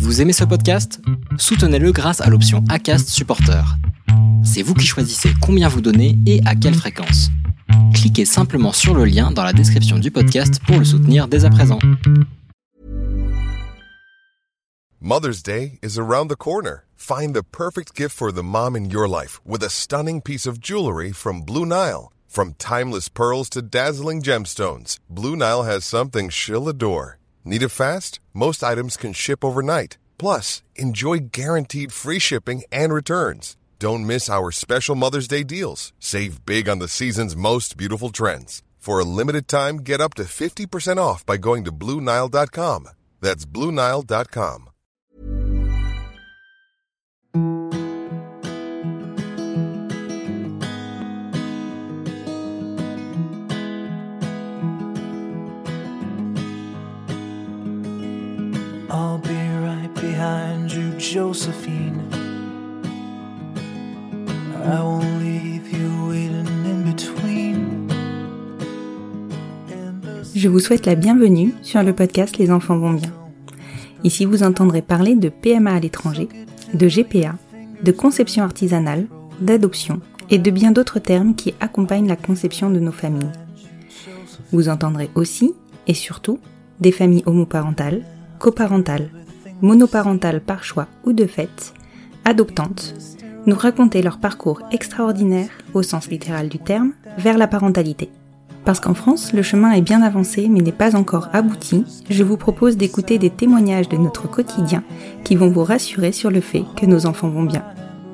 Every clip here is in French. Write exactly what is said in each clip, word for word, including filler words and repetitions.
Vous aimez ce podcast ? Soutenez-le grâce à l'option Acast Supporter. C'est vous qui choisissez combien vous donnez et à quelle fréquence. Cliquez simplement sur le lien dans la description du podcast pour le soutenir dès à présent. Mother's Day is around the corner. Find the perfect gift for the mom in your life with a stunning piece of jewelry from Blue Nile. From timeless pearls to dazzling gemstones, Blue Nile has something she'll adore. Need it fast? Most items can ship overnight. Plus, enjoy guaranteed free shipping and returns. Don't miss our special Mother's Day deals. Save big on the season's most beautiful trends. For a limited time, get up to fifty percent off by going to Blue Nile dot com. That's Blue Nile dot com. I'll be right behind you, Josephine. I won't leave you waiting in between. Je vous souhaite la bienvenue sur le podcast Les enfants vont bien. Ici, vous entendrez parler de P M A à l'étranger, de G P A, de conception artisanale, d'adoption et de bien d'autres termes qui accompagnent la conception de nos familles. Vous entendrez aussi, et surtout, des familles homoparentales, coparentales, monoparentales par choix ou de fait, adoptantes, nous raconter leur parcours extraordinaire, au sens littéral du terme, vers la parentalité. Parce qu'en France, le chemin est bien avancé mais n'est pas encore abouti, je vous propose d'écouter des témoignages de notre quotidien qui vont vous rassurer sur le fait que nos enfants vont bien.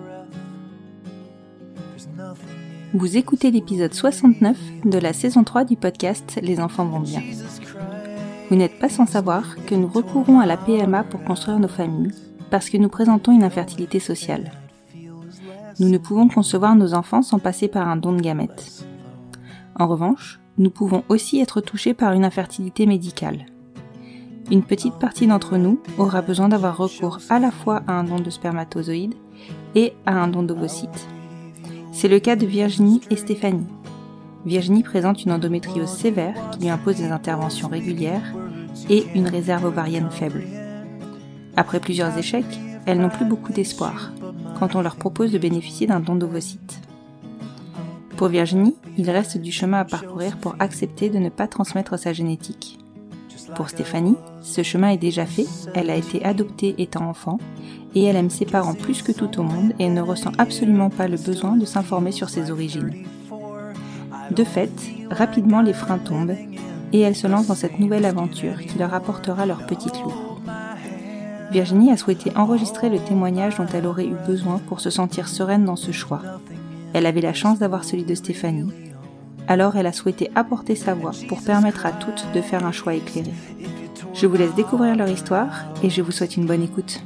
Vous écoutez l'épisode soixante-neuf de la saison trois du podcast Les enfants vont bien. Vous n'êtes pas sans savoir que nous recourons à la P M A pour construire nos familles, parce que nous présentons une infertilité sociale. Nous ne pouvons concevoir nos enfants sans passer par un don de gamètes. En revanche, nous pouvons aussi être touchés par une infertilité médicale. Une petite partie d'entre nous aura besoin d'avoir recours à la fois à un don de spermatozoïdes et à un don d'ovocytes. C'est le cas de Virginie et Stéphanie. Virginie présente une endométriose sévère qui lui impose des interventions régulières et une réserve ovarienne faible. Après plusieurs échecs, elles n'ont plus beaucoup d'espoir quand on leur propose de bénéficier d'un don d'ovocytes. Pour Virginie, il reste du chemin à parcourir pour accepter de ne pas transmettre sa génétique. Pour Stéphanie, ce chemin est déjà fait, elle a été adoptée étant enfant et elle aime ses parents plus que tout au monde et ne ressent absolument pas le besoin de s'informer sur ses origines. De fait, rapidement les freins tombent et elles se lancent dans cette nouvelle aventure qui leur apportera leur petite loup. Virginie a souhaité enregistrer le témoignage dont elle aurait eu besoin pour se sentir sereine dans ce choix. Elle avait la chance d'avoir celui de Stéphanie, alors elle a souhaité apporter sa voix pour permettre à toutes de faire un choix éclairé. Je vous laisse découvrir leur histoire et je vous souhaite une bonne écoute.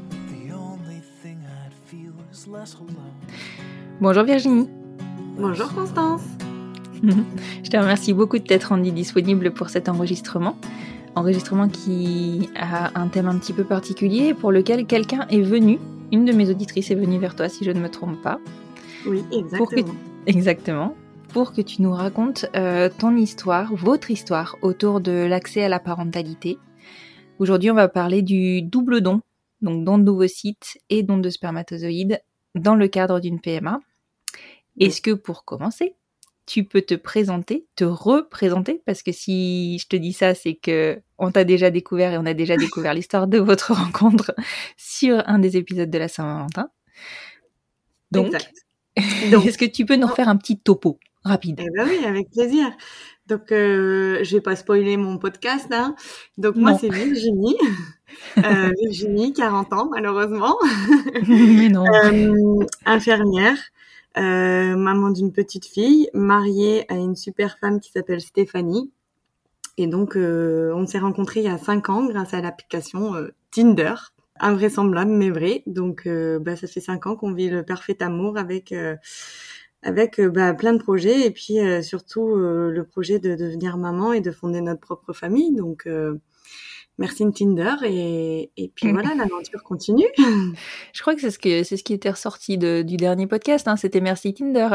Bonjour Virginie. Bonjour Constance. Je te remercie beaucoup de t'être rendue disponible pour cet enregistrement. Enregistrement qui a un thème un petit peu particulier pour lequel quelqu'un est venu, une de mes auditrices est venue vers toi si je ne me trompe pas. Oui, exactement. Pour que, exactement. Pour que tu nous racontes euh, ton histoire, votre histoire autour de l'accès à la parentalité. Aujourd'hui, on va parler du double don, donc don d'ovocytes et don de spermatozoïdes dans le cadre d'une P M A. Oui. Est-ce que pour commencer, tu peux te présenter, te représenter, parce que si je te dis ça, c'est que on t'a déjà découvert et on a déjà découvert l'histoire de votre rencontre sur un des épisodes de la Saint-Valentin. Donc, Donc est-ce que tu peux nous refaire un petit topo rapide ? Eh ben oui, avec plaisir. Donc, euh, je vais pas spoiler mon podcast, hein. Donc, moi, non. c'est Virginie. euh, Virginie, quarante ans, malheureusement. Mais non. euh, infirmière. Euh, maman d'une petite fille, mariée à une super femme qui s'appelle Stéphanie. Et donc, euh, on s'est rencontrés il y a cinq ans grâce à l'application euh, Tinder. Invraisemblable, mais vrai. Donc, euh, bah, ça fait cinq ans qu'on vit le parfait amour avec euh, avec euh, bah, plein de projets. Et puis, euh, surtout, euh, le projet de devenir maman et de fonder notre propre famille. Donc, euh, merci Tinder. Et, et puis voilà, l'aventure continue. Je crois que c'est ce, que, c'est ce qui était ressorti de, du dernier podcast. Hein, c'était merci Tinder.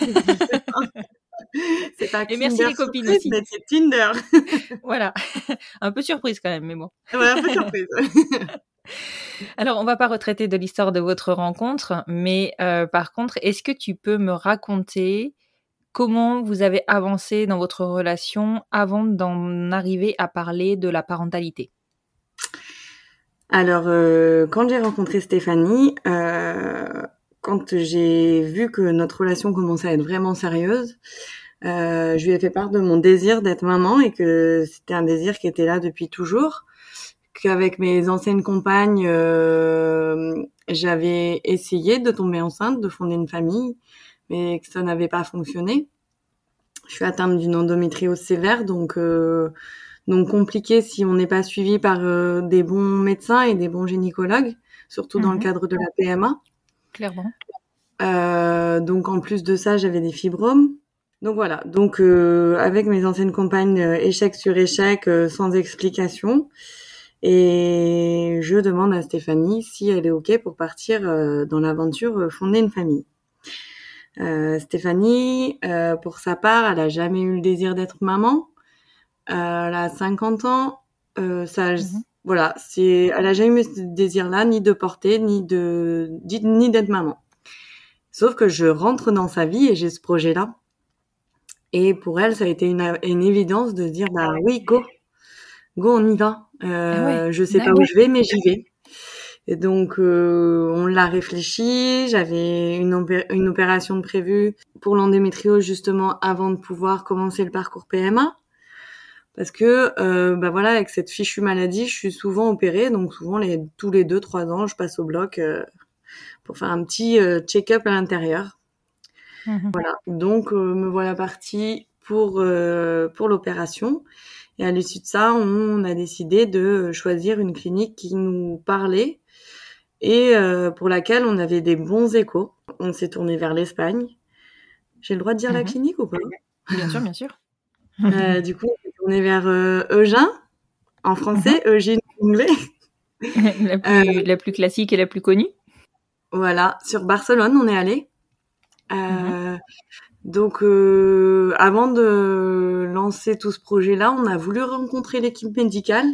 C'est un et merci les copines surprise, aussi. Mais c'est Tinder. Voilà. Un peu surprise quand même, mais bon. Ouais, un peu surprise. Alors, on va pas retraiter de l'histoire de votre rencontre, mais euh, par contre, est-ce que tu peux me raconter comment vous avez avancé dans votre relation avant d'en arriver à parler de la parentalité? Alors, euh, quand j'ai rencontré Stéphanie, euh, quand j'ai vu que notre relation commençait à être vraiment sérieuse, euh, je lui ai fait part de mon désir d'être maman et que c'était un désir qui était là depuis toujours. Qu'avec mes anciennes compagnes, euh, j'avais essayé de tomber enceinte, de fonder une famille, mais que ça n'avait pas fonctionné. Je suis atteinte d'une endométriose sévère, donc euh, donc compliqué si on n'est pas suivi par euh, des bons médecins et des bons gynécologues, surtout mmh. dans le cadre de la P M A. Clairement. Euh, donc en plus de ça, j'avais des fibromes. Donc voilà. Donc euh, avec mes anciennes compagnes, euh, échec sur échec, euh, sans explication. Et je demande à Stéphanie si elle est OK pour partir euh, dans l'aventure euh, fonder une famille. Euh, Stéphanie, euh, pour sa part, elle a jamais eu le désir d'être maman. Euh, elle a cinquante ans. Euh, ça, mm-hmm. Voilà, c'est, elle a jamais eu ce désir-là, ni de porter, ni de, ni d'être maman. Sauf que je rentre dans sa vie et j'ai ce projet-là. Et pour elle, ça a été une, une évidence de se dire, bah oui, go, go, on y va. Euh, ah ouais, je sais d'accord. pas où je vais, mais j'y vais. Et donc, euh, on l'a réfléchi. J'avais une, opé- une opération de prévue pour l'endométriose, justement, avant de pouvoir commencer le parcours P M A. Parce que, euh, bah voilà, avec cette fichue maladie, je suis souvent opérée. Donc, souvent, les, tous les deux, trois ans, je passe au bloc euh, pour faire un petit euh, check-up à l'intérieur. Mmh. Voilà. Donc, euh, me voilà partie pour, euh, pour l'opération. Et à l'issue de ça, on a décidé de choisir une clinique qui nous parlait et euh, pour laquelle on avait des bons échos. On s'est tourné vers l'Espagne. J'ai le droit de dire mmh. la clinique ou pas ? Bien sûr, bien sûr. euh, du coup, on s'est tourné vers euh, Eugin, en français, mmh. Eugine en anglais. la, plus, euh, la plus classique et la plus connue. Voilà, sur Barcelone, on est allé. Euh, mmh. Donc, euh, avant de lancer tout ce projet-là, on a voulu rencontrer l'équipe médicale.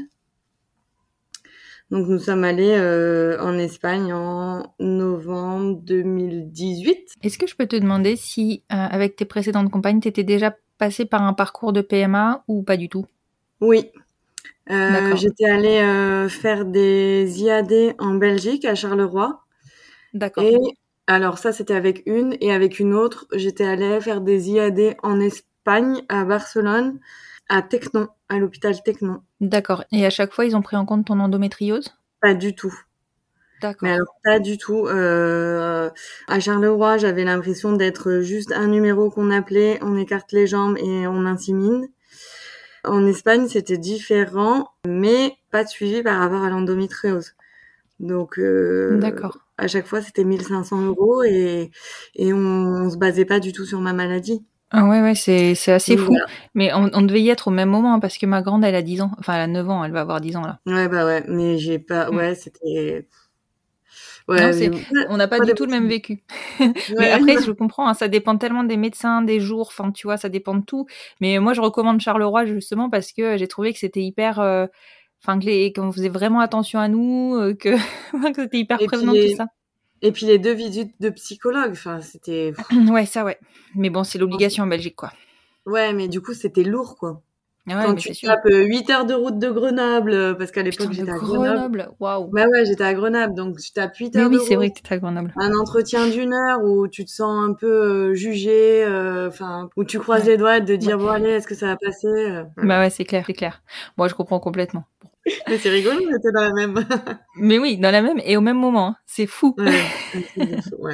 Donc, nous sommes allés euh, en Espagne en novembre deux mille dix-huit. Est-ce que je peux te demander si, euh, avec tes précédentes compagnes, tu étais déjà passée par un parcours de P M A ou pas du tout ? Oui. Euh, j'étais allée euh, faire des I A D en Belgique, à Charleroi. D'accord. Et alors ça, c'était avec une. Et avec une autre, j'étais allée faire des I A D en Espagne, à Barcelone, à Tecnon, à l'hôpital Tecnon. D'accord. Et à chaque fois, ils ont pris en compte ton endométriose ? Pas du tout. D'accord. Mais alors, pas du tout. Euh, à Charleroi, j'avais l'impression d'être juste un numéro qu'on appelait, on écarte les jambes et on insémine. En Espagne, c'était différent, mais pas de suivi par rapport à l'endométriose. Donc, euh, d'accord. À chaque fois, c'était mille cinq cents euros et, et on, on se basait pas du tout sur ma maladie. Ah ouais, ouais, c'est, c'est assez Donc, fou. Voilà. Mais on, on devait y être au même moment, parce que ma grande, elle a dix ans. Enfin, elle a neuf ans, elle va avoir dix ans, là. Ouais, bah ouais, mais j'ai pas... Ouais, mmh. c'était... Ouais, non, c'est... On n'a pas, pas du tout le même vécu. Ouais. Mais après, je comprends, hein, ça dépend tellement des médecins, des jours, enfin, tu vois, ça dépend de tout. Mais moi, je recommande Charleroi, justement, parce que j'ai trouvé que c'était hyper... Euh... Enfin, que les... qu'on faisait vraiment attention à nous, euh, que... que c'était hyper et prévenant, les... tout ça. Et puis les deux visites de psychologue, enfin, c'était... Ouais, ça, ouais. Mais bon, c'est l'obligation en Belgique, quoi. Ouais, mais du coup, c'était lourd, quoi. Ouais, Quand tu tapes huit heures de route de Grenoble, parce qu'à l'époque, Putain, j'étais à Grenoble. Grenoble, waouh. Bah ouais, j'étais à Grenoble, donc tu tapes huit heures mais de oui, route. Oui, c'est vrai que t'étais à Grenoble. Un entretien d'une heure où tu te sens un peu jugé, enfin, euh, où tu croises ouais. les doigts de dire, ouais. bon, allez, est-ce que ça va passer euh, Bah ouais, c'est clair, c'est clair. Moi, je comprends complètement. Mais c'est rigolo, on était dans la même. Mais oui, dans la même et au même moment. Hein. C'est fou. Ouais, ouais.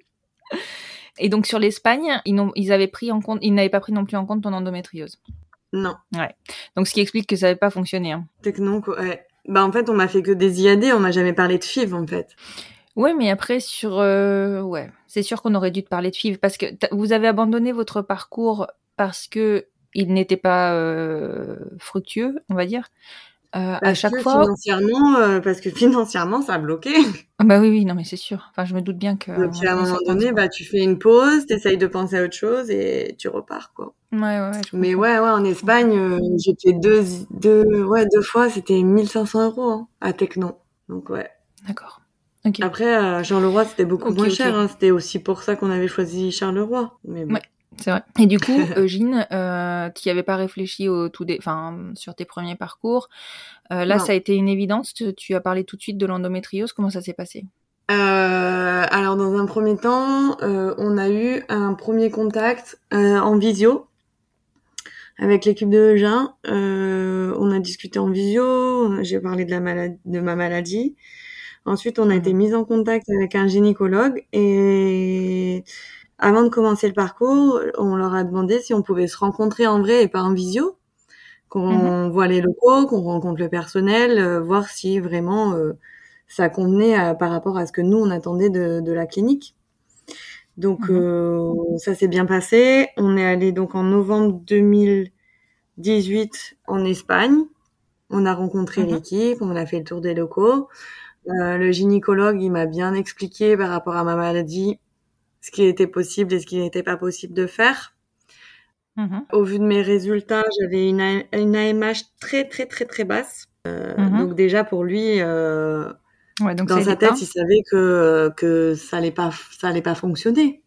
Et donc, sur l'Espagne, ils, n'ont, ils avaient pris en compte, ils n'avaient pas pris non plus en compte ton endométriose. Non. Ouais. Donc, ce qui explique que ça n'avait pas fonctionné. Hein. Technon, ouais. Bah, en fait, on m'a fait que des I A D, on m'a jamais parlé de F I V, en fait. Ouais, mais après, sur, euh, ouais, c'est sûr qu'on aurait dû te parler de F I V parce que vous avez abandonné votre parcours parce que il n'était pas euh, fructueux, on va dire. Euh, à chaque que fois. Financièrement, euh, parce que financièrement, ça a bloqué. Ah bah oui, oui, non, mais c'est sûr. Enfin, je me doute bien que. Donc, à un moment donné, bah, tu fais une pause, t'essayes de penser à autre chose et tu repars, quoi. Ouais, ouais, ouais. Mais ouais, ouais, en Espagne, euh, j'ai fait deux, deux, ouais, deux fois, c'était mille cinq cents euros, hein, à Tecnon. Donc ouais. D'accord. Okay. Après, à Charleroi, c'était beaucoup okay, moins okay. cher. Hein. C'était aussi pour ça qu'on avait choisi Charleroi. Mais bon. Ouais, c'est vrai. Et du coup, Eugine, euh, tu n'y avais pas réfléchi au tout dé... enfin, sur tes premiers parcours. Euh, là, non. Ça a été une évidence. Tu, tu as parlé tout de suite de l'endométriose. Comment ça s'est passé ? Euh, alors dans un premier temps, euh, on a eu un premier contact euh, en visio avec l'équipe de Eugène. Euh, on a discuté en visio, j'ai parlé de la maladie, de ma maladie. Ensuite, on a mmh. été mis en contact avec un gynécologue et avant de commencer le parcours, on leur a demandé si on pouvait se rencontrer en vrai et pas en visio, qu'on mmh. voit les locaux, qu'on rencontre le personnel, euh, voir si vraiment euh, ça convenait à, par rapport à ce que nous, on attendait de, de la clinique. Donc, mmh. euh, ça s'est bien passé. On est allé donc en novembre deux mille dix-huit en Espagne. On a rencontré mmh. l'équipe, on a fait le tour des locaux. Euh, le gynécologue, il m'a bien expliqué par rapport à ma maladie ce qui était possible et ce qui n'était pas possible de faire. Mmh. Au vu de mes résultats, j'avais une, A- une A M H très, très, très, très basse. Euh, mmh. Donc déjà, pour lui... Euh, Ouais, donc dans sa tête, pas. il savait que que ça allait pas ça allait pas fonctionner.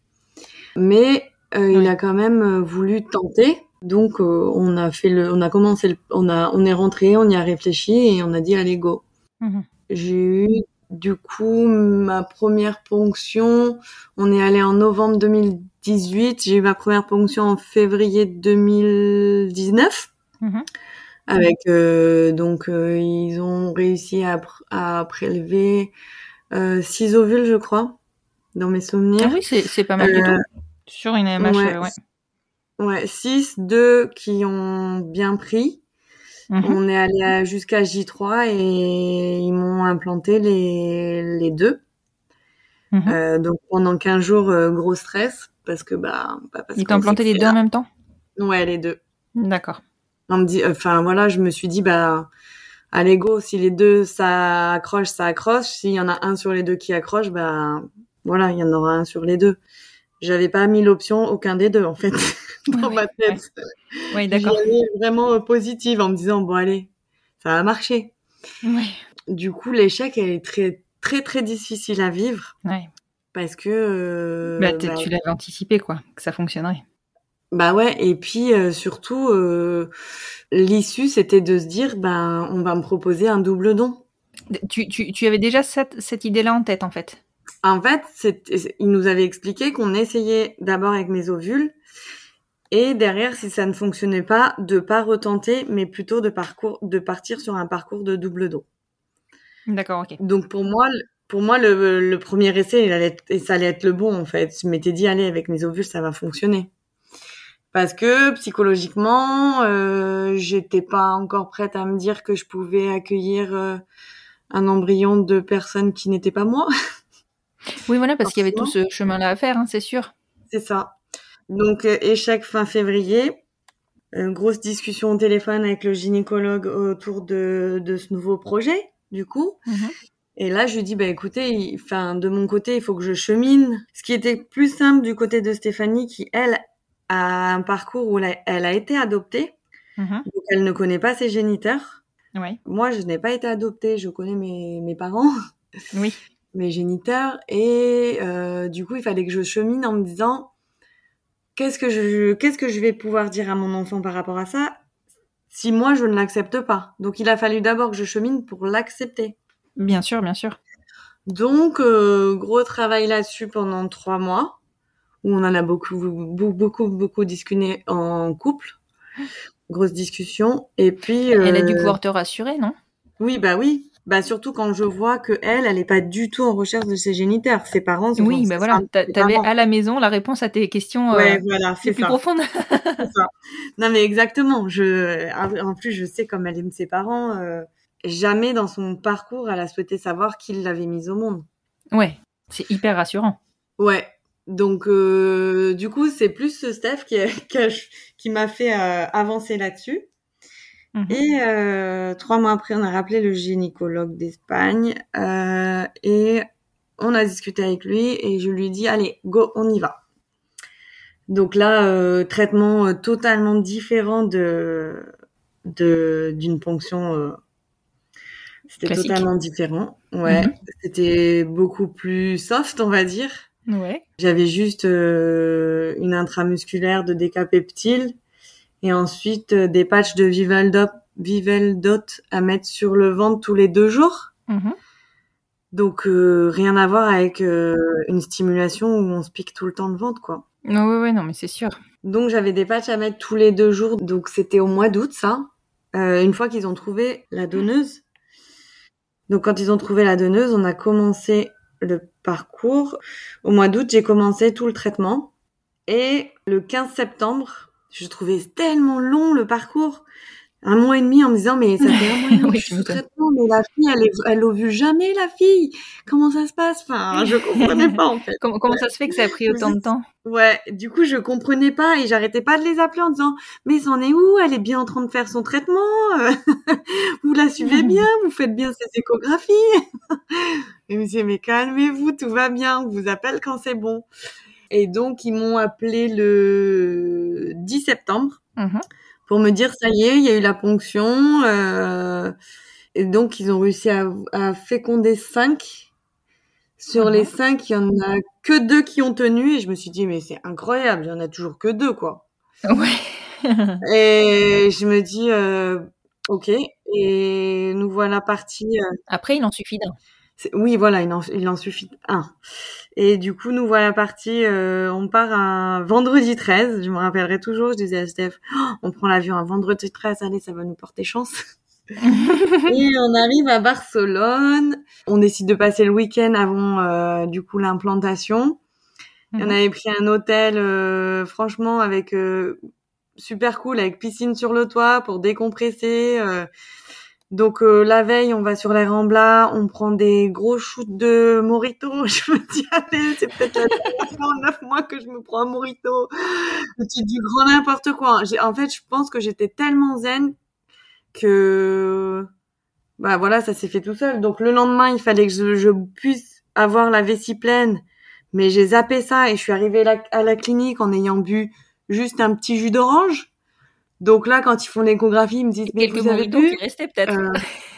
Mais euh, oui. il a quand même voulu tenter. Donc euh, on a fait le on a commencé le, on a on est rentré, on y a réfléchi et on a dit allez go. Mm-hmm. J'ai eu du coup ma première ponction, on est allé en novembre deux mille dix-huit, j'ai eu ma première ponction en février deux mille dix-neuf. Mm-hmm. Avec euh, donc euh, ils ont réussi à, pr- à prélever euh, six ovules, je crois, dans mes souvenirs. Ah oui, c'est c'est pas mal euh, du tout sur une A M H. Ouais, euh, ouais. ouais, six, deux qui ont bien pris. Mm-hmm. On est allé à, jusqu'à J trois et ils m'ont implanté les les deux. Mm-hmm. Euh, donc pendant quinze jours, euh, gros stress parce que bah. bah parce ils t'ont implanté les deux là. En même temps ? Ouais, les deux. D'accord. On me dit, enfin voilà, je me suis dit bah allez go, si les deux ça accroche, ça accroche. S'il y en a un sur les deux qui accroche, bah voilà, il y en aura un sur les deux. J'avais pas mis l'option aucun des deux en fait dans ouais, ma tête. Ouais. Oui, d'accord. J'y allais vraiment positive en me disant bon allez, ça va marcher. Ouais. Du coup, l'échec elle est très très très difficile à vivre. Ouais. Parce que euh, bah, bah tu l'avais anticipé quoi, que ça fonctionnerait. Bah ouais, et puis euh, surtout, euh, l'issue, c'était de se dire, ben, on va me proposer un double don. Tu, tu, tu avais déjà cette, cette idée-là en tête, en fait ? En fait, c'est, il nous avait expliqué qu'on essayait d'abord avec mes ovules, et derrière, si ça ne fonctionnait pas, de pas retenter, mais plutôt de, parcours, de partir sur un parcours de double don. D'accord, ok. Donc pour moi, pour moi le, le premier essai, il allait être, et ça allait être le bon, en fait. Je m'étais dit, allez, avec mes ovules, ça va fonctionner. Parce que psychologiquement, euh, j'étais pas encore prête à me dire que je pouvais accueillir euh, un embryon de personnes qui n'étaient pas moi. Oui, voilà, parce qu'il y avait tout ce chemin-là à faire, hein, c'est sûr. C'est ça. Donc, euh, échec fin février. Une grosse discussion au téléphone avec le gynécologue autour de, de ce nouveau projet, du coup. Mm-hmm. Et là, je lui dis, bah, écoutez, enfin, de mon côté, il faut que je chemine. Ce qui était plus simple du côté de Stéphanie, qui, elle, à un parcours où elle a été adoptée, mmh. donc elle ne connaît pas ses géniteurs. Ouais. Moi, je n'ai pas été adoptée, je connais mes, mes parents, oui. mes géniteurs, et euh, du coup, il fallait que je chemine en me disant qu'est-ce que je, qu'est-ce que je vais pouvoir dire à mon enfant par rapport à ça si moi, je ne l'accepte pas. Donc, il a fallu d'abord que je chemine pour l'accepter. Bien sûr, bien sûr. Donc, euh, gros travail là-dessus pendant trois mois. Où on en a beaucoup, beaucoup, beaucoup, beaucoup discuté en couple. Grosse discussion. Et puis... Elle euh... a dû pouvoir te rassurer, non ? Oui, bah oui. Bah surtout quand je vois que elle, elle est pas du tout en recherche de ses géniteurs. Ses parents... Oui, bah voilà. T'a- t'avais à la maison la réponse à tes questions ouais, euh, voilà, c'est les plus ça. profondes. C'est ça. Non, mais exactement. Je... En plus, je sais comme elle aime ses parents. Euh... Jamais dans son parcours, elle a souhaité savoir qui l'avait mise au monde. Ouais, c'est hyper rassurant. Ouais. Donc, euh, du coup, c'est plus ce Steph qui, a, qui, a, qui m'a fait euh, avancer là-dessus. Mmh. Et euh, trois mois après, on a rappelé le gynécologue d'Espagne euh, et on a discuté avec lui et je lui ai dit, allez, go, on y va. Donc là, euh, traitement euh, totalement différent de, de d'une ponction euh, C'était Classique. totalement différent. Ouais, Mhm. c'était beaucoup plus soft, on va dire. Ouais. J'avais juste euh, une intramusculaire de décapeptile et ensuite euh, des patchs de Vivaldop, Vivaldot à mettre sur le ventre tous les deux jours. Mhm. Donc euh, rien à voir avec euh, une stimulation où on se pique tout le temps le ventre, quoi. Non, ouais, ouais, non, mais c'est sûr. Donc j'avais des patchs à mettre tous les deux jours. Donc c'était au mois d'août, ça. Euh, une fois qu'ils ont trouvé la donneuse. Donc quand ils ont trouvé la donneuse, on a commencé le parcours. Au mois d'août, j'ai commencé tout le traitement. Et le quinze septembre, je trouvais tellement long le parcours. Un mois et demi en me disant, mais ça fait un mois et demi Oui, que je tu suis sous m'étonnes. traitement, mais la fille, elle, est, elle ovule jamais, la fille. Comment ça se passe? Enfin, je comprenais pas, en fait. Comment, comment ça se fait que ça a pris autant de temps? Ouais, du coup, je comprenais pas et j'arrêtais pas de les appeler en disant, mais c'en est où? Elle est bien en train de faire son traitement. Vous la suivez bien? Vous faites bien ses échographies? Et je me disais, mais calmez-vous, tout va bien. On vous appelle quand c'est bon. Et donc, ils m'ont appelé le dix septembre Mhm. pour me dire, ça y est, il y a eu la ponction. Euh, et donc, ils ont réussi à, à féconder cinq. Sur Mhm. les cinq, il y en a que deux qui ont tenu. Et je me suis dit, mais c'est incroyable, il y en a toujours que deux, quoi. Ouais. Et je me dis, euh, ok. Et nous voilà partis. euh, Après, il en suffit d'un. c'est- oui, voilà, il en, il en suffit un. Et du coup, nous voilà partis. euh, on part un vendredi treize. Je me rappellerai toujours. Je disais à Steph, oh, on prend l'avion un vendredi treize. Allez, ça va nous porter chance. Et on arrive à Barcelone. On décide de passer le week-end avant, euh, du coup, l'implantation. Et on Mhm. avait pris un hôtel, euh, franchement, avec euh, super cool, avec piscine sur le toit pour décompresser. euh. Donc euh, la veille, on va sur les Ramblas, on prend des gros shoots de mojito. Je me dis, allez, c'est peut-être la première fois en neuf mois que je me prends un mojito. C'est du grand n'importe quoi. J'ai, en fait, je pense que j'étais tellement zen que, bah voilà, ça s'est fait tout seul. Donc le lendemain, il fallait que je, je puisse avoir la vessie pleine, mais j'ai zappé ça et je suis arrivée la- à la clinique en ayant bu juste un petit jus d'orange. Donc là, quand ils font l'échographie, ils me disent, Et mais quelques vous avez mojitos bu? qui restaient peut-être. Euh,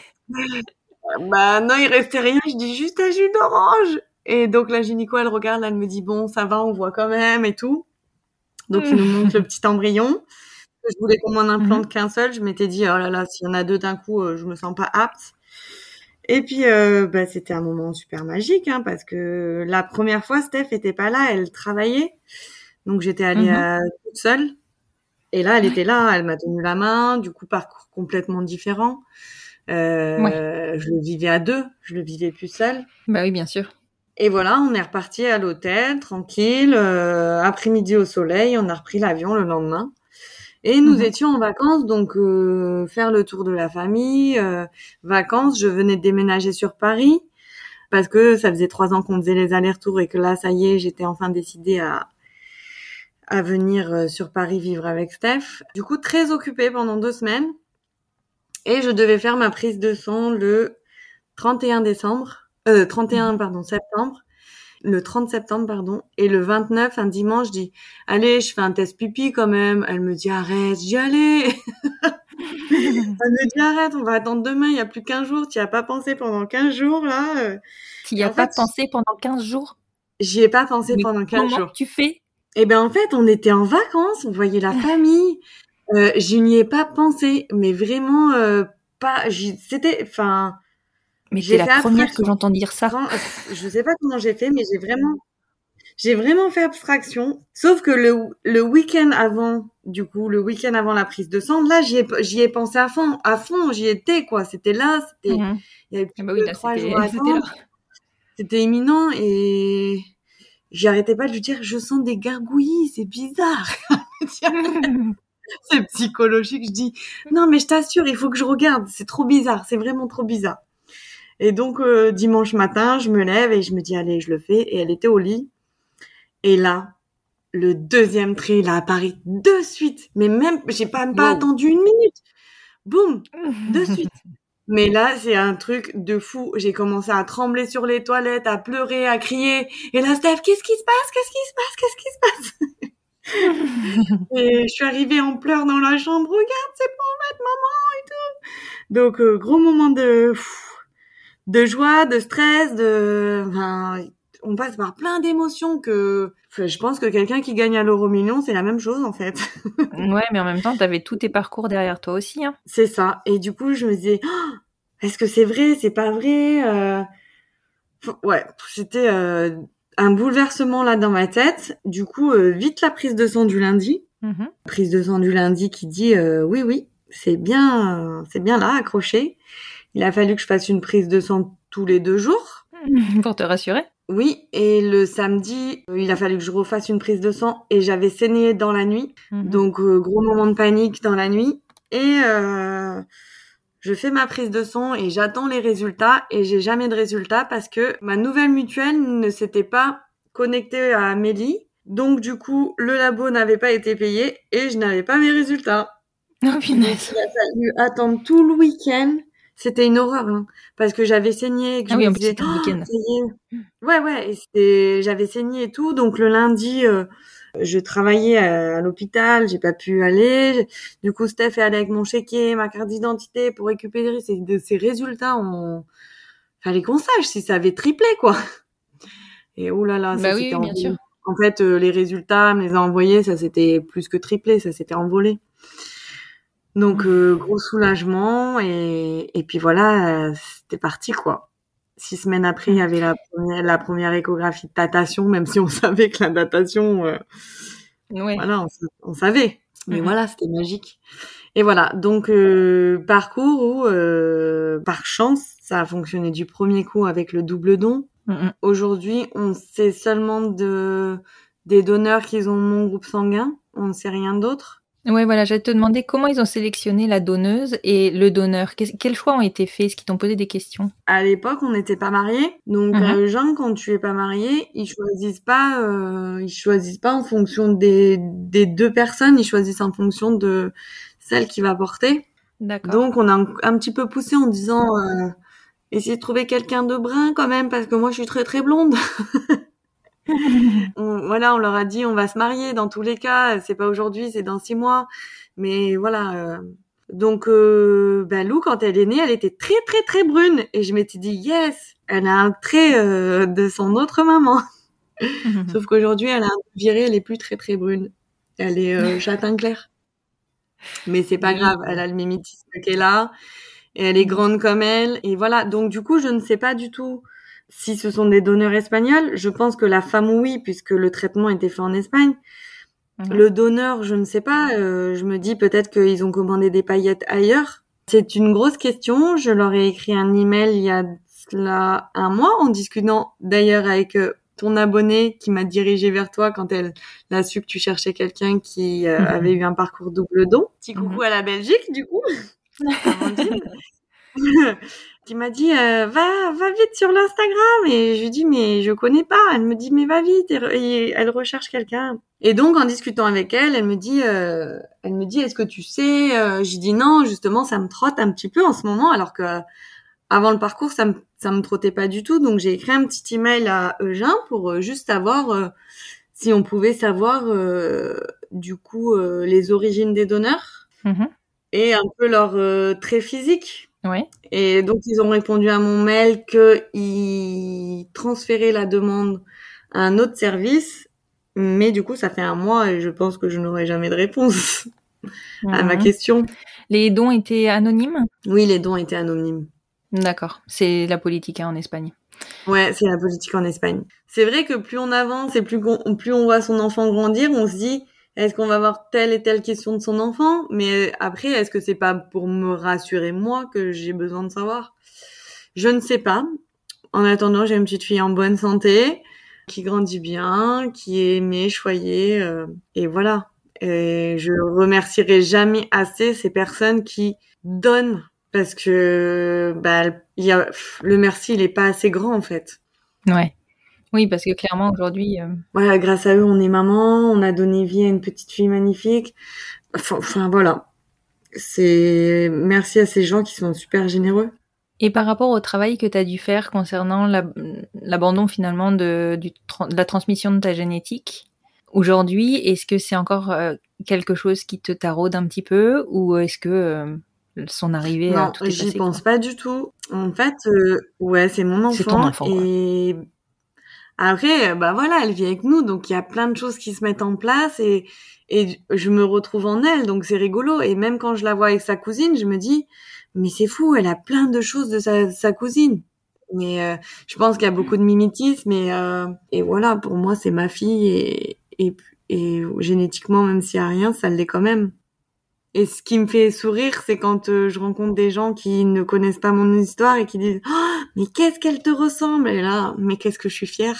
bah non, il restait rien. Je dis juste un jus d'orange. Et donc la gynéco, elle regarde, elle me dit, bon, ça va, on voit quand même et tout. Donc il nous montre le petit embryon. Je voulais qu'on m'en implante Mhm. qu'un seul. Je m'étais dit, oh là là, s'il y en a deux d'un coup, euh, je me sens pas apte. Et puis, euh, bah, c'était un moment super magique, hein, parce que la première fois, Steph était pas là, elle travaillait. Donc, j'étais allée Mhm. euh, toute seule. Et là, elle Ouais. était là, elle m'a tenu la main. Du coup, parcours complètement différent. Euh, Ouais. Je le vivais à deux, je le vivais plus seule. Bah oui, bien sûr. Et voilà, on est reparti à l'hôtel, tranquille. Euh, après-midi au soleil, on a repris l'avion le lendemain. Et nous Mhm. étions en vacances, donc euh, faire le tour de la famille, euh, vacances. Je venais de déménager sur Paris parce que ça faisait trois ans qu'on faisait les allers-retours et que là, ça y est, j'étais enfin décidée à à venir euh, sur Paris vivre avec Steph. Du coup, très occupée pendant deux semaines. Et je devais faire ma prise de sang le trente et un décembre, euh, trente et un, Mhm. pardon, septembre. Le trente septembre, pardon, et le vingt-neuf, un dimanche, je dis, allez, je fais un test pipi quand même. Elle me dit, arrête, j'y allais. Elle me dit, arrête, on va attendre demain, il y a plus quinze jours, tu y as pas pensé pendant quinze jours, là. Tu n'y Et as en pas fait, pensé pendant quinze jours? j'y ai pas pensé Mais pendant quinze comment jours. tu fais? Et ben, en fait, on était en vacances, on voyait la famille, euh, je n'y ai pas pensé, mais vraiment, euh, pas, j'y- c'était, enfin, Mais t'es j'ai la fait première que abstraction. j'entends dire ça. Fran- Je sais pas comment j'ai fait, mais j'ai vraiment, j'ai vraiment fait abstraction. Sauf que le, le week-end avant, du coup, le week-end avant la prise de sang, là, j'y ai, j'y ai pensé à fond, à fond, j'y étais, quoi. C'était là, c'était, Mhm. il y avait Ah plus bah oui, que là, trois c'était jours à c'était là. attendre. C'était imminent et j'arrêtais pas de lui dire, je sens des gargouillis, c'est bizarre. C'est psychologique. Je dis, non, mais je t'assure, il faut que je regarde. C'est trop bizarre. C'est vraiment trop bizarre. Et donc, euh, dimanche matin, je me lève et je me dis, allez, je le fais. Et elle était au lit. Et là, le deuxième trait, il a apparu de suite. Mais même, j'ai pas, même pas Wow. attendu une minute. Boum, de suite. Mais là, c'est un truc de fou. J'ai commencé à trembler sur les toilettes, à pleurer, à crier. Et là, Steph, qu'est-ce qui se passe? Qu'est-ce qui se passe? Qu'est-ce qui se passe? Et je suis arrivée en pleurs dans la chambre. Regarde, c'est pour mettre maman et tout. Donc, euh, gros moment de... Pff, de joie, de stress, de, enfin, on passe par plein d'émotions que, enfin, je pense que quelqu'un qui gagne à l'euro million, c'est la même chose, en fait. Ouais, mais en même temps, t'avais tous tes parcours derrière toi aussi, hein. C'est ça. Et du coup, je me disais, oh, est-ce que c'est vrai, c'est pas vrai? Euh... Ouais, c'était euh, un bouleversement là dans ma tête. Du coup, euh, vite la prise de sang du lundi. Mm-hmm. Prise de sang du lundi qui dit euh, oui, oui, c'est bien, euh, c'est bien là, accroché. Il a fallu que je fasse une prise de sang tous les deux jours. Pour te rassurer. Oui, et le samedi, euh, il a fallu que je refasse une prise de sang et j'avais saigné dans la nuit. Mm-hmm. Donc, euh, gros moment de panique dans la nuit. Et euh, je fais ma prise de sang et j'attends les résultats et j'ai jamais de résultats parce que ma nouvelle mutuelle ne s'était pas connectée à Amélie. Donc, du coup, le labo n'avait pas été payé et je n'avais pas mes résultats. Oh, punaise. Il a fallu attendre tout le week-end. C'était une horreur, hein, parce que j'avais saigné et que ah je oui, me en plus, disais, c'était le week-end. Oh, ouais, ouais, et c'était, j'avais saigné et tout. Donc, le lundi, euh, je travaillais à, à l'hôpital, j'ai pas pu aller. Du coup, Steph est allé avec mon chéquier, ma carte d'identité pour récupérer ces, de, ces résultats. On fallait qu'on sache si ça avait triplé, quoi. Et oh là là, ça bah s'était oui, envolé. Bien sûr. En fait, euh, les résultats, me les a envoyés, ça s'était plus que triplé, ça s'était envolé. Donc, euh, gros soulagement. Et, et puis voilà, euh, c'était parti, quoi. Six semaines après, il y avait la première, la première échographie de datation, même si on savait que la datation, euh, ouais. voilà, on, on savait. Mais mm-hmm. voilà, c'était magique. Et voilà, donc euh, parcours où, euh, par chance, ça a fonctionné du premier coup avec le double don. Mm-hmm. Aujourd'hui, on sait seulement de des donneurs qui ont mon groupe sanguin. On ne sait rien d'autre. Ouais, voilà, j'allais te demander comment ils ont sélectionné la donneuse et le donneur. Quels choix ont été faits? Est-ce qu'ils t'ont posé des questions? À l'époque, on n'était pas mariés. Donc, mm-hmm. euh, Jean, quand tu es pas marié, ils choisissent pas, euh, ils choisissent pas en fonction des, des deux personnes, ils choisissent en fonction de celle qui va porter. D'accord. Donc, on a un, un petit peu poussé en disant, euh, essayez de trouver quelqu'un de brun quand même, parce que moi, je suis très très blonde. on, voilà, on leur a dit on va se marier dans tous les cas, c'est pas aujourd'hui, c'est dans six mois. Mais voilà. Euh, donc, euh, ben Lou, quand elle est née, elle était très très très brune et je m'étais dit yes, elle a un trait euh, de son autre maman. Sauf qu'aujourd'hui, elle a un viré, elle est plus très très brune. Elle est euh, châtain clair. Mais c'est pas oui. grave, elle a le mimétisme qu'elle a et elle est grande comme elle et voilà. Donc du coup, je ne sais pas du tout. Si ce sont des donneurs espagnols, je pense que la femme, oui, puisque le traitement était fait en Espagne. Mmh. Le donneur, je ne sais pas. Euh, je me dis peut-être qu'ils ont commandé des paillettes ailleurs. C'est une grosse question. Je leur ai écrit un email il y a là, un mois en discutant d'ailleurs avec euh, ton abonnée qui m'a dirigée vers toi quand elle a su que tu cherchais quelqu'un qui euh, mmh. avait eu un parcours double don. Petit coucou mmh. à la Belgique, du coup. qui m'a dit euh, va va vite sur l'Instagram et je lui dis mais je connais pas. Elle me dit mais va vite et, re- et elle recherche quelqu'un. Et donc en discutant avec elle, elle me dit euh, elle me dit est-ce que tu sais euh, je dis non, justement ça me trotte un petit peu en ce moment alors que avant le parcours ça me ça me trottait pas du tout. Donc j'ai écrit un petit email à Eugène pour euh, juste savoir euh, si on pouvait savoir euh, du coup euh, les origines des donneurs mmh. et un peu leur euh, trait physique. Oui. Et donc, ils ont répondu à mon mail qu'ils transféraient la demande à un autre service. Mais du coup, ça fait un mois et je pense que je n'aurai jamais de réponse mmh. à ma question. Les dons étaient anonymes ? Oui, les dons étaient anonymes. D'accord. C'est la politique hein, en Espagne. Ouais, c'est la politique en Espagne. C'est vrai que plus on avance et plus on, plus on voit son enfant grandir, on se dit... Est-ce qu'on va avoir telle et telle question de son enfant ? Mais après, est-ce que c'est pas pour me rassurer moi que j'ai besoin de savoir ? Je ne sais pas. En attendant, j'ai une petite fille en bonne santé, qui grandit bien, qui est aimée, choyée, euh, et voilà. Et je remercierai jamais assez ces personnes qui donnent, parce que bah, y a, le merci, il est pas assez grand en fait. Ouais. Oui, parce que clairement, aujourd'hui... Euh... Voilà, grâce à eux, on est maman, on a donné vie à une petite fille magnifique. Enfin, enfin, voilà. C'est... Merci à ces gens qui sont super généreux. Et par rapport au travail que tu as dû faire concernant la... l'abandon, finalement, de... Du... de la transmission de ta génétique, aujourd'hui, est-ce que c'est encore euh, quelque chose qui te taraude un petit peu ? Ou est-ce que euh, son arrivée Non, à tout est j'y passé, pense quoi. pas du tout. En fait, euh, ouais, c'est mon enfant. C'est ton enfant, quoi. Et après, bah voilà, elle vit avec nous, donc il y a plein de choses qui se mettent en place et, et je me retrouve en elle, donc c'est rigolo. Et même quand je la vois avec sa cousine, je me dis, mais c'est fou, elle a plein de choses de sa, sa cousine. Mais euh, je pense qu'il y a beaucoup de mimétisme et, euh, et voilà, pour moi, c'est ma fille et, et, et génétiquement, même s'il y a rien, ça l'est quand même. Et ce qui me fait sourire, c'est quand euh, je rencontre des gens qui ne connaissent pas mon histoire et qui disent oh, « mais qu'est-ce qu'elle te ressemble ?» Et là, mais qu'est-ce que je suis fière.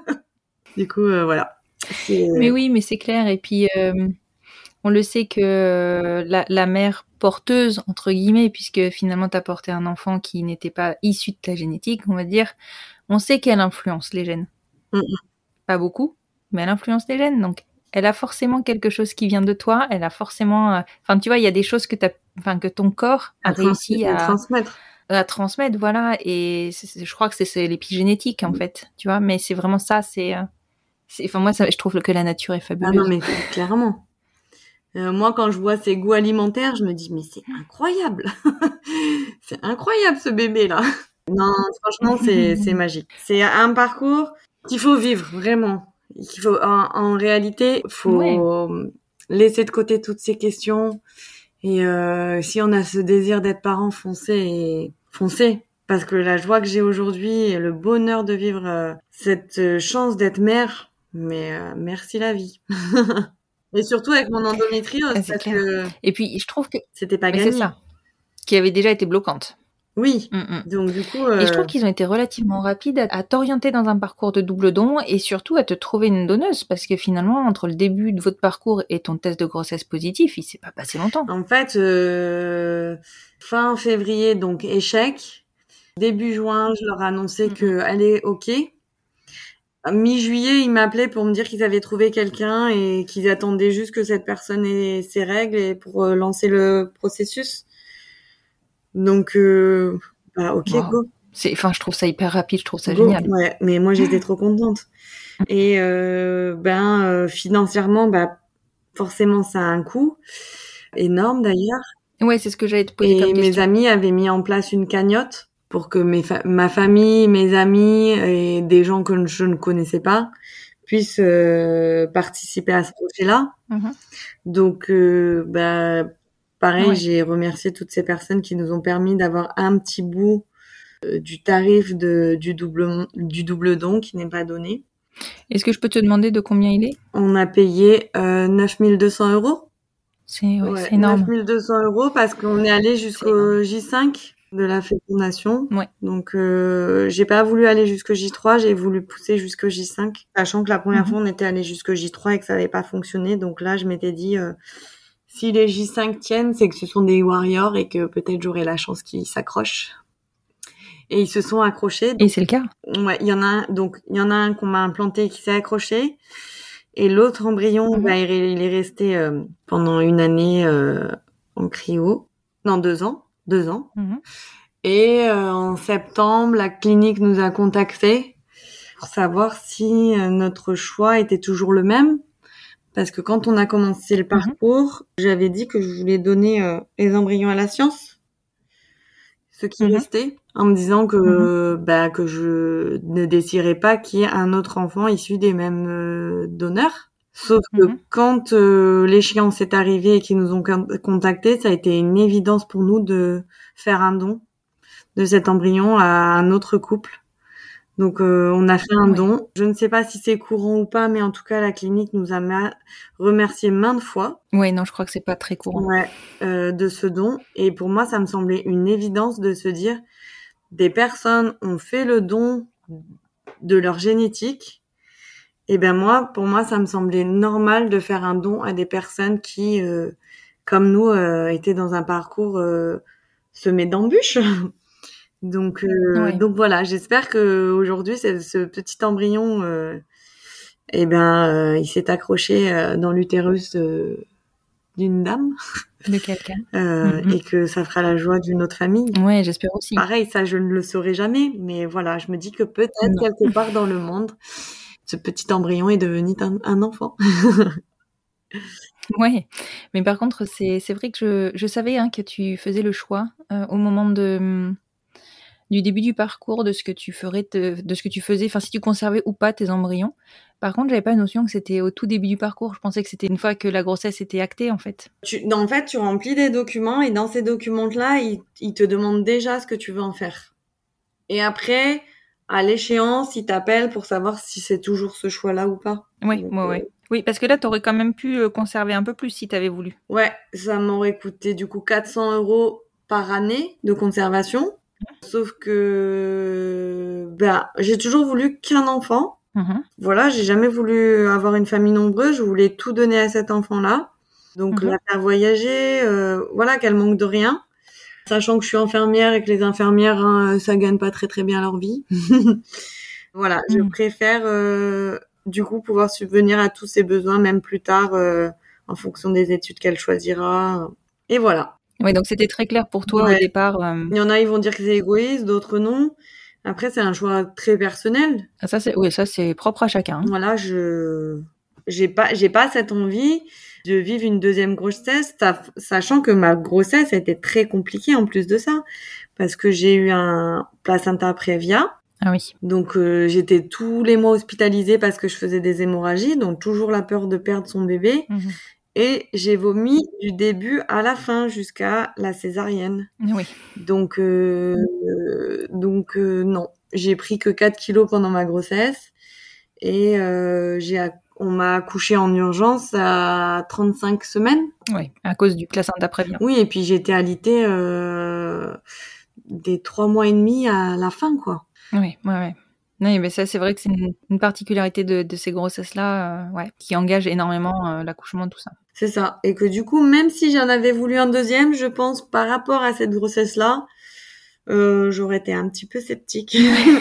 Du coup, euh, voilà. C'est... Mais oui, mais c'est clair. Et puis, euh, on le sait que euh, la, la mère porteuse, entre guillemets, puisque finalement, tu as porté un enfant qui n'était pas issu de ta génétique, on va dire, on sait qu'elle influence les gènes. Mm-mm. Pas beaucoup, mais elle influence les gènes. Donc, elle a forcément quelque chose qui vient de toi. Elle a forcément... Enfin, euh, tu vois, il y a des choses que, t'as, enfin, que ton corps a, a réussi à transmettre. À transmettre, voilà. Et c'est, je crois que c'est, c'est l'épigénétique, en fait. Tu vois, mais c'est vraiment ça. C'est, c'est, enfin, moi, ça, je trouve que la nature est fabuleuse. Ah non, mais clairement. Euh, moi, quand je vois ses goûts alimentaires, je me dis, mais c'est incroyable. C'est incroyable, ce bébé-là. Non, franchement, c'est, c'est magique. C'est un parcours qu'il faut vivre, vraiment. Il faut, en, en réalité, faut ouais. laisser de côté toutes ces questions. Et euh, si on a ce désir d'être parent, foncez et foncez. Parce que la joie que j'ai aujourd'hui et le bonheur de vivre euh, cette chance d'être mère, mais euh, merci la vie. Et surtout avec mon endométriose, ah, parce clair. que et puis je trouve que c'était pas mais gagné. C'est ça, qui avait déjà été bloquante. Oui. Mm-mm. Donc du coup. Euh... Et je trouve qu'ils ont été relativement rapides à, à t'orienter dans un parcours de double don et surtout à te trouver une donneuse, parce que finalement entre le début de votre parcours et ton test de grossesse positif, il s'est pas passé longtemps. En fait, euh, fin février, donc échec. Début juin, je leur ai annoncé mm-hmm. que allez, ok. Mi-juillet, ils m'appelaient pour me dire qu'ils avaient trouvé quelqu'un et qu'ils attendaient juste que cette personne ait ses règles et pour euh, lancer le processus. Donc, euh, bah, ok, wow. Go. C'est, enfin, je trouve ça hyper rapide, je trouve ça go. Génial. Ouais, mais moi, j'étais trop contente. Et euh, ben, euh, financièrement, bah, forcément, ça a un coût énorme d'ailleurs. Ouais, c'est ce que j'allais te poser et comme question. Et mes amis avaient mis en place une cagnotte pour que mes fa- ma famille, mes amis et des gens que je ne connaissais pas puissent euh, participer à ce projet-là. Mmh. Donc, euh, bah, pareil, ouais. J'ai remercié toutes ces personnes qui nous ont permis d'avoir un petit bout euh, du tarif de, du, double, du double don qui n'est pas donné. Est-ce que je peux te demander de combien il est ? On a payé euh, neuf mille deux cents euros. C'est, ouais, ouais, c'est énorme. neuf mille deux cents euros parce qu'on est allé jusqu'au J cinq de la fécondation. Ouais. Donc, euh, j'ai pas voulu aller jusqu'au J trois, j'ai voulu pousser jusqu'au J cinq, sachant que la première mm-hmm. fois, on était allé jusqu'au J trois et que ça n'avait pas fonctionné. Donc là, je m'étais dit, euh, si les J cinq tiennent, c'est que ce sont des warriors et que peut-être j'aurai la chance qu'ils s'accrochent. Et ils se sont accrochés. Donc, et c'est le cas. Ouais, il y en a un, donc, il y en a un qu'on m'a implanté qui s'est accroché. Et l'autre embryon, mm-hmm. bah, il, il est resté euh, pendant une année euh, en cryo. Non, deux ans. Deux ans. Mm-hmm. Et euh, en septembre, la clinique nous a contactés pour savoir si euh, notre choix était toujours le même. Parce que quand on a commencé le parcours, mm-hmm. j'avais dit que je voulais donner euh, les embryons à la science, ce qui mm-hmm. restait, en me disant que mm-hmm. bah que je ne désirais pas qu'il y ait un autre enfant issu des mêmes euh, donneurs. Sauf que mm-hmm. quand euh, l'échéance est arrivée et qu'ils nous ont contactés, ça a été une évidence pour nous de faire un don de cet embryon à un autre couple. Donc euh, on a fait un oui. don. Je ne sais pas si c'est courant ou pas, mais en tout cas la clinique nous a ma- remercié maintes fois. Oui, non, je crois que c'est pas très courant. Ouais, euh, de ce don. Et pour moi, ça me semblait une évidence de se dire, des personnes ont fait le don de leur génétique. Et ben moi, pour moi, ça me semblait normal de faire un don à des personnes qui, euh, comme nous, euh, étaient dans un parcours euh, semé d'embûches. Donc, euh, oui. donc voilà, j'espère que aujourd'hui, c'est, ce petit embryon, euh, eh ben, euh, il s'est accroché euh, dans l'utérus euh, d'une dame, de quelqu'un, euh, mm-hmm. et que ça fera la joie d'une autre famille. Ouais, j'espère aussi. Pareil, ça, je ne le saurai jamais, mais voilà, je me dis que peut-être non. quelque part dans le monde, ce petit embryon est devenu un, un enfant. Ouais, mais par contre, c'est, c'est vrai que je, je savais hein, que tu faisais le choix euh, au moment de, du début du parcours de ce que tu ferais, te- de ce que tu faisais, enfin si tu conservais ou pas tes embryons. Par contre, j'avais pas notion que c'était au tout début du parcours. Je pensais que c'était une fois que la grossesse était actée, en fait. Tu, en fait, tu remplis des documents et dans ces documents-là, ils, ils te demandent déjà ce que tu veux en faire. Et après, à l'échéance, ils t'appellent pour savoir si c'est toujours ce choix-là ou pas. Oui, Donc, ouais, euh, ouais. Oui, parce que là, t'aurais quand même pu euh, conserver un peu plus si t'avais voulu. Ouais, ça m'aurait coûté du coup quatre cents euros par année de conservation. Sauf que bah, j'ai toujours voulu qu'un enfant. Mhm. Voilà, j'ai jamais voulu avoir une famille nombreuse. Je voulais tout donner à cet enfant-là. Donc Mhm. la faire voyager, euh, voilà, qu'elle manque de rien. Sachant que je suis infirmière et que les infirmières, hein, ça gagne pas très très bien leur vie. Voilà, je Mhm. préfère euh, du coup pouvoir subvenir à tous ses besoins, même plus tard, euh, en fonction des études qu'elle choisira. Et voilà. Oui, donc c'était très clair pour toi au Ouais. départ. euh, Il y en a, ils vont dire que c'est égoïste, d'autres non. Après, c'est un choix très personnel. ah, Ça, c'est, oui, ça, c'est propre à chacun. hein. Voilà, je j'ai pas j'ai pas cette envie de vivre une deuxième grossesse, sa- sachant que ma grossesse a été très compliquée en plus de ça, parce que j'ai eu un placenta prévia. Ah oui. Donc euh, j'étais tous les mois hospitalisée parce que je faisais des hémorragies, donc toujours la peur de perdre son bébé. Mhm. Et j'ai vomi du début à la fin jusqu'à la césarienne. Oui. Donc euh, euh, donc euh, non, j'ai pris que quatre kilos pendant ma grossesse et euh, j'ai acc- on m'a accouché en urgence à trente-cinq semaines. Oui, à cause du placenta prévia. Oui, et puis j'étais alitée euh, des trois mois et demi à la fin, quoi. Oui, ouais, ouais. Oui, mais ça, c'est vrai que c'est une, une particularité de, de ces grossesses-là, euh, ouais, qui engage énormément euh, l'accouchement, tout ça. C'est ça. Et que du coup, même si j'en avais voulu un deuxième, je pense par rapport à cette grossesse-là, euh, j'aurais été un petit peu sceptique.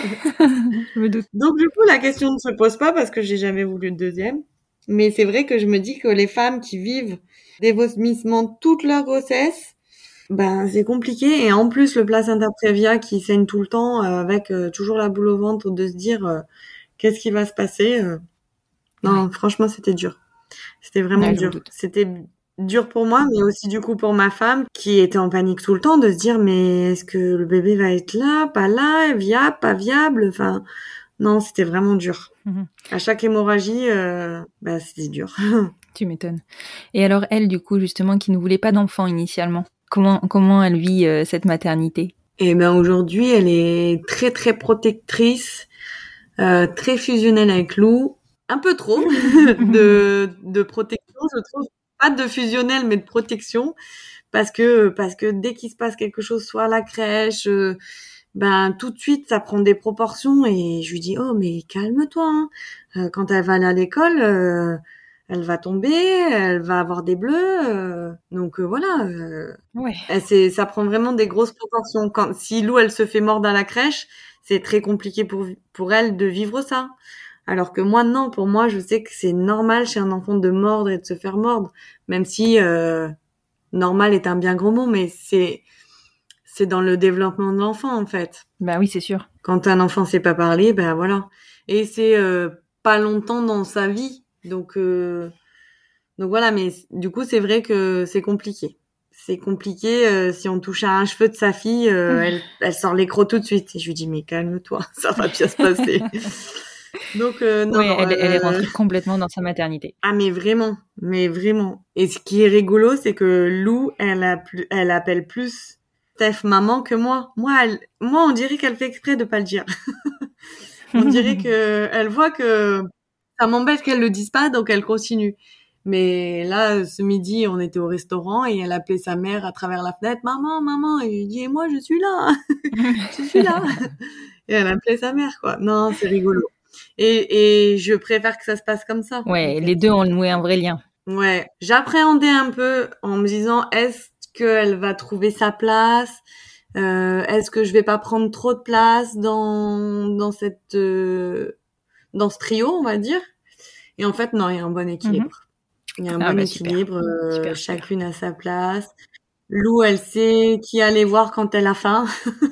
Je me doute. Donc du coup, la question ne se pose pas parce que j'ai jamais voulu de deuxième. Mais c'est vrai que je me dis que les femmes qui vivent des vomissements toute leur grossesse, ben c'est compliqué. Et en plus, le placenta prévia qui saigne tout le temps, euh, avec euh, toujours la boule au ventre, de se dire euh, qu'est-ce qui va se passer. euh. Non, franchement, c'était dur. C'était vraiment Ouais, je me dur. doute. C'était dur pour moi, mais aussi du coup pour ma femme qui était en panique tout le temps de se dire mais est-ce que le bébé va être là, pas là, viable, pas viable. Enfin, non, c'était vraiment dur. Mhm. À chaque hémorragie, euh, bah c'était dur. Tu m'étonnes. Et alors, elle, du coup, justement, qui ne voulait pas d'enfant initialement, comment, comment elle vit euh, cette maternité? Et ben aujourd'hui, elle est très très protectrice, euh, très fusionnelle avec Lou, un peu trop de de protection, je trouve. Pas de fusionnelle, mais de protection, parce que parce que dès qu'il se passe quelque chose, soit à la crèche, euh, ben tout de suite ça prend des proportions et je lui dis oh mais calme-toi. Hein. Euh, quand elle va aller à l'école, euh, elle va tomber, elle va avoir des bleus, euh, donc euh, voilà. Euh, Ouais. elle, c'est, ça prend vraiment des grosses proportions. Quand si Lou elle se fait mordre à la crèche, c'est très compliqué pour pour elle de vivre ça. Alors que moi, non, pour moi, je sais que c'est normal chez un enfant de mordre et de se faire mordre, même si euh, normal est un bien gros mot, mais c'est c'est dans le développement de l'enfant en fait. Bah oui, c'est sûr. Quand un enfant sait pas parler, ben voilà. Et c'est euh, pas longtemps dans sa vie, donc euh, donc voilà. Mais du coup, c'est vrai que c'est compliqué. C'est compliqué euh, si on touche à un cheveu de sa fille, euh, elle elle sort les crocs tout de suite. Et je lui dis mais calme-toi, ça va bien se passer. Donc euh, non, Oui, non, elle, elle est euh, rentrée complètement dans sa maternité. ah mais vraiment, mais vraiment. Et ce qui est rigolo, c'est que Lou, elle a plus, elle appelle plus Steph maman que moi. Moi, elle, moi, on dirait qu'elle fait exprès de pas le dire. On dirait que elle voit que ça m'embête qu'elle le dise pas, donc elle continue. Mais là, ce midi, on était au restaurant et elle appelait sa mère à travers la fenêtre, maman, maman. Et je lui dis, et moi, je suis là, je suis là. Et elle appelait sa mère, quoi. Non, c'est rigolo. Et, et je préfère que ça se passe comme ça. Ouais, en fait. les deux ont noué un vrai lien. Ouais, j'appréhendais un peu en me disant est-ce qu'elle va trouver sa place, euh, est-ce que je vais pas prendre trop de place dans dans cette euh, dans ce trio, on va dire. Et en fait non, il y a un bon équilibre. Mm-hmm. Il y a un Ah bon bah, équilibre, super. Euh, Super, chacune super. À sa place. Lou, elle sait qui aller voir quand elle a faim.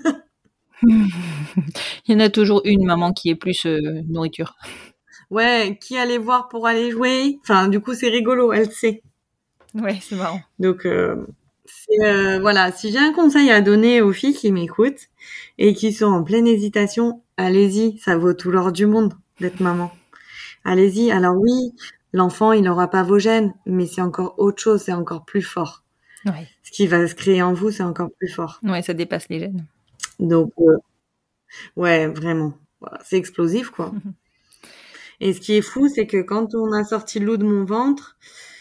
Il y en a toujours une maman qui est plus euh, nourriture. Ouais, qui aller voir pour aller jouer. Enfin, du coup, c'est rigolo, elle sait. Ouais, c'est marrant. Donc, euh, c'est, euh, voilà, si j'ai un conseil à donner aux filles qui m'écoutent et qui sont en pleine hésitation, allez-y, ça vaut tout l'or du monde d'être maman. Allez-y. Alors oui, l'enfant, il n'aura pas vos gènes, mais c'est encore autre chose, c'est encore plus fort. Ouais. Ce qui va se créer en vous, c'est encore plus fort. Ouais, ça dépasse les gènes. Donc, euh, ouais, vraiment. Voilà, c'est explosif, quoi. Et ce qui est fou, c'est que quand on a sorti Lou de mon ventre,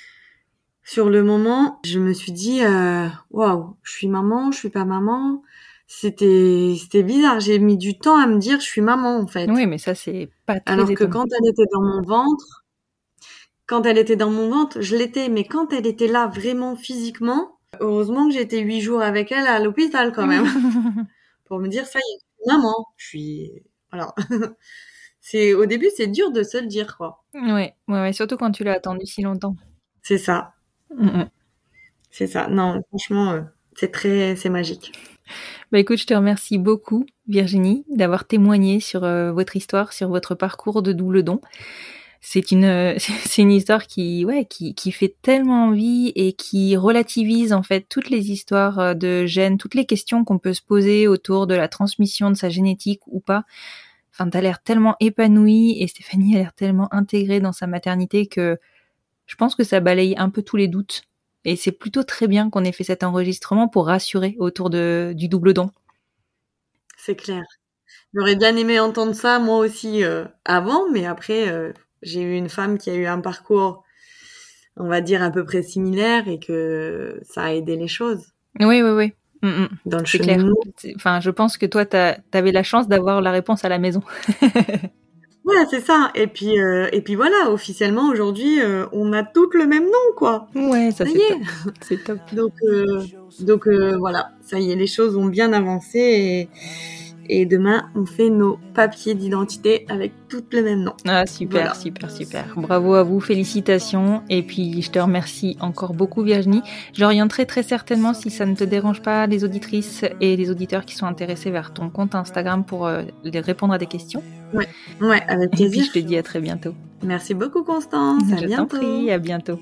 sur le moment, je me suis dit, euh, waouh, je suis maman, je suis pas maman. C'était, c'était bizarre. J'ai mis du temps à me dire, je suis maman, en fait. Oui, mais ça, c'est pas très Alors que étonnant. quand elle était dans mon ventre, quand elle était dans mon ventre, je l'étais. Mais quand elle était là, vraiment physiquement, heureusement que j'étais huit jours avec elle à l'hôpital, quand même. Pour me dire, ça y est, je suis maman. Je suis, voilà. C'est, au début, c'est dur de se le dire, quoi. Ouais, ouais, ouais, surtout quand tu l'as attendu si longtemps. C'est ça. Mm-mm. C'est ça. Non, franchement, euh, c'est très, c'est magique. Bah écoute, je te remercie beaucoup, Virginie, d'avoir témoigné sur euh, votre histoire, sur votre parcours de double don. C'est une, euh, c'est une histoire qui, ouais, qui, qui fait tellement envie et qui relativise en fait toutes les histoires de gènes, toutes les questions qu'on peut se poser autour de la transmission de sa génétique ou pas. Enfin, t'as l'air tellement épanouie et Stéphanie a l'air tellement intégrée dans sa maternité que je pense que ça balaye un peu tous les doutes. Et c'est plutôt très bien qu'on ait fait cet enregistrement pour rassurer autour de, du double don. C'est clair. J'aurais bien aimé entendre ça, moi aussi, euh, avant, mais après, euh, j'ai eu une femme qui a eu un parcours, on va dire, à peu près similaire et que ça a aidé les choses. Oui, oui, oui. Mm-mm. Dans le c'est clair. C'est, enfin, je pense que toi, t'as, t'avais la chance d'avoir la réponse à la maison. Ouais, c'est ça. Et puis, euh, et puis voilà, officiellement, aujourd'hui, euh, on a toutes le même nom, quoi. Ouais, ça, ça c'est y est. Top. C'est top. Donc, euh, donc euh, voilà, ça y est, les choses ont bien avancé et, et demain, on fait nos papiers d'identité avec toutes le même nom. Ah, super, voilà. super, super. Bravo à vous, félicitations. Et puis, je te remercie encore beaucoup, Virginie. J'orienterai très certainement, si ça ne te dérange pas, les auditrices et les auditeurs qui sont intéressés vers ton compte Instagram pour euh, les répondre à des questions. Ouais, ouais, avec plaisir. Et puis, je te dis à très bientôt. Merci beaucoup, Constance. À je bientôt. t'en prie, à bientôt.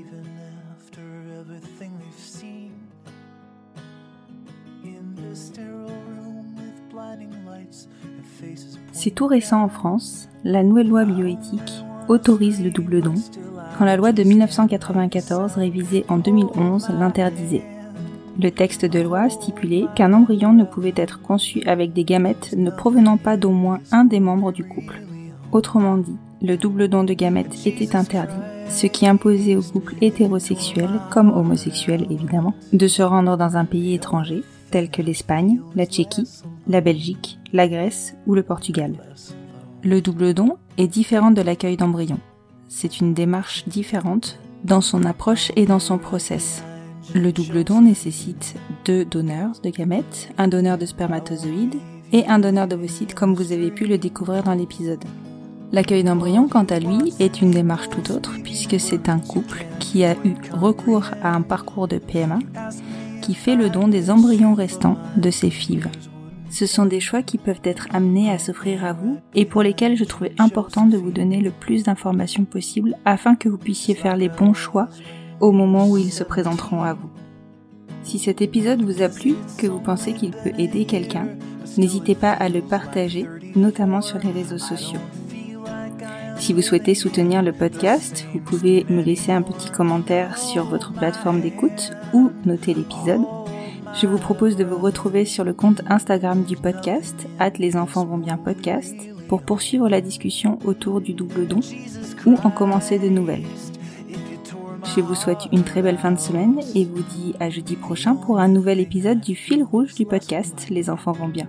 C'est tout récent en France, la nouvelle loi bioéthique autorise le double don, quand la loi de dix-neuf cent quatre-vingt-quatorze, révisée en deux mille onze, l'interdisait. Le texte de loi stipulait qu'un embryon ne pouvait être conçu avec des gamètes ne provenant pas d'au moins un des membres du couple. Autrement dit, le double don de gamètes était interdit, ce qui imposait aux couples hétérosexuels, comme homosexuels évidemment, de se rendre dans un pays étranger, tels que l'Espagne, la Tchéquie, la Belgique, la Grèce ou le Portugal. Le double don est différent de l'accueil d'embryons. C'est une démarche différente dans son approche et dans son process. Le double don nécessite deux donneurs de gamètes, un donneur de spermatozoïdes et un donneur d'ovocytes comme vous avez pu le découvrir dans l'épisode. L'accueil d'embryons, quant à lui, est une démarche tout autre puisque c'est un couple qui a eu recours à un parcours de P M A qui fait le don des embryons restants de ses F I V. Ce sont des choix qui peuvent être amenés à s'offrir à vous et pour lesquels je trouvais important de vous donner le plus d'informations possible afin que vous puissiez faire les bons choix au moment où ils se présenteront à vous. Si cet épisode vous a plu, que vous pensez qu'il peut aider quelqu'un, n'hésitez pas à le partager, notamment sur les réseaux sociaux. Si vous souhaitez soutenir le podcast, vous pouvez me laisser un petit commentaire sur votre plateforme d'écoute ou noter l'épisode. Je vous propose de vous retrouver sur le compte Instagram du podcast, arobase les enfants vont bien podcast, pour poursuivre la discussion autour du double don ou en commencer de nouvelles. Je vous souhaite une très belle fin de semaine et vous dis à jeudi prochain pour un nouvel épisode du fil rouge du podcast Les enfants vont bien.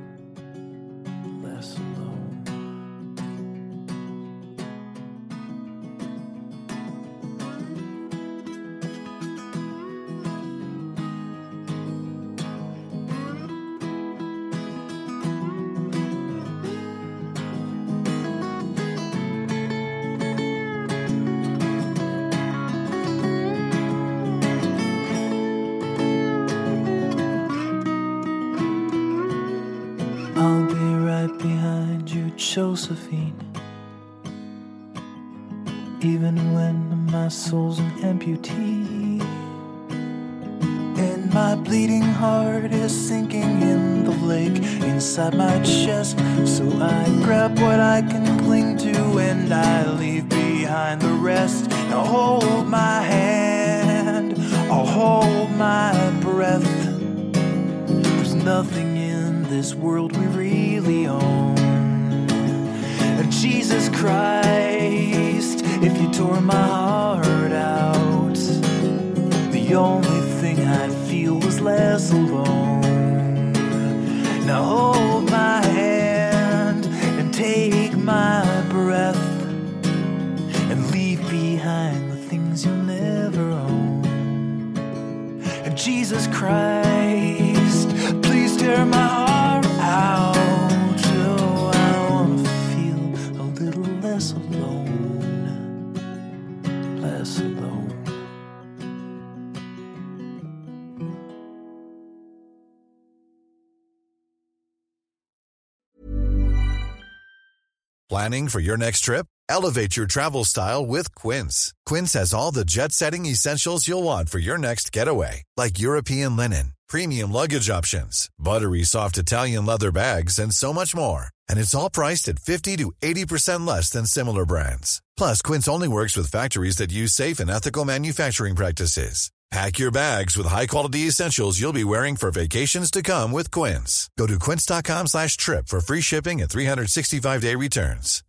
I'll be right behind you, Josephine. Even when my soul's an amputee, my bleeding heart is sinking in the lake inside my chest. So I grab what I can cling to and I leave behind the rest. Now hold my hand, I'll hold my breath. There's nothing in this world we really own. And Jesus Christ, if you tore my heart out, the only thing I'd feel was less alone. Now hold my hand and take my breath and leave behind the things you'll never own. And Jesus Christ, please tear my heart out. Oh, I wanna feel a little less alone, less alone. Planning for your next trip? Elevate your travel style with Quince. Quince has all the jet-setting essentials you'll want for your next getaway, like European linen, premium luggage options, buttery soft Italian leather bags, and so much more. And it's all priced at fifty to eighty percent less than similar brands. Plus, Quince only works with factories that use safe and ethical manufacturing practices. Pack your bags with high-quality essentials you'll be wearing for vacations to come with Quince. Go to quince.com slash trip for free shipping and three sixty-five day returns.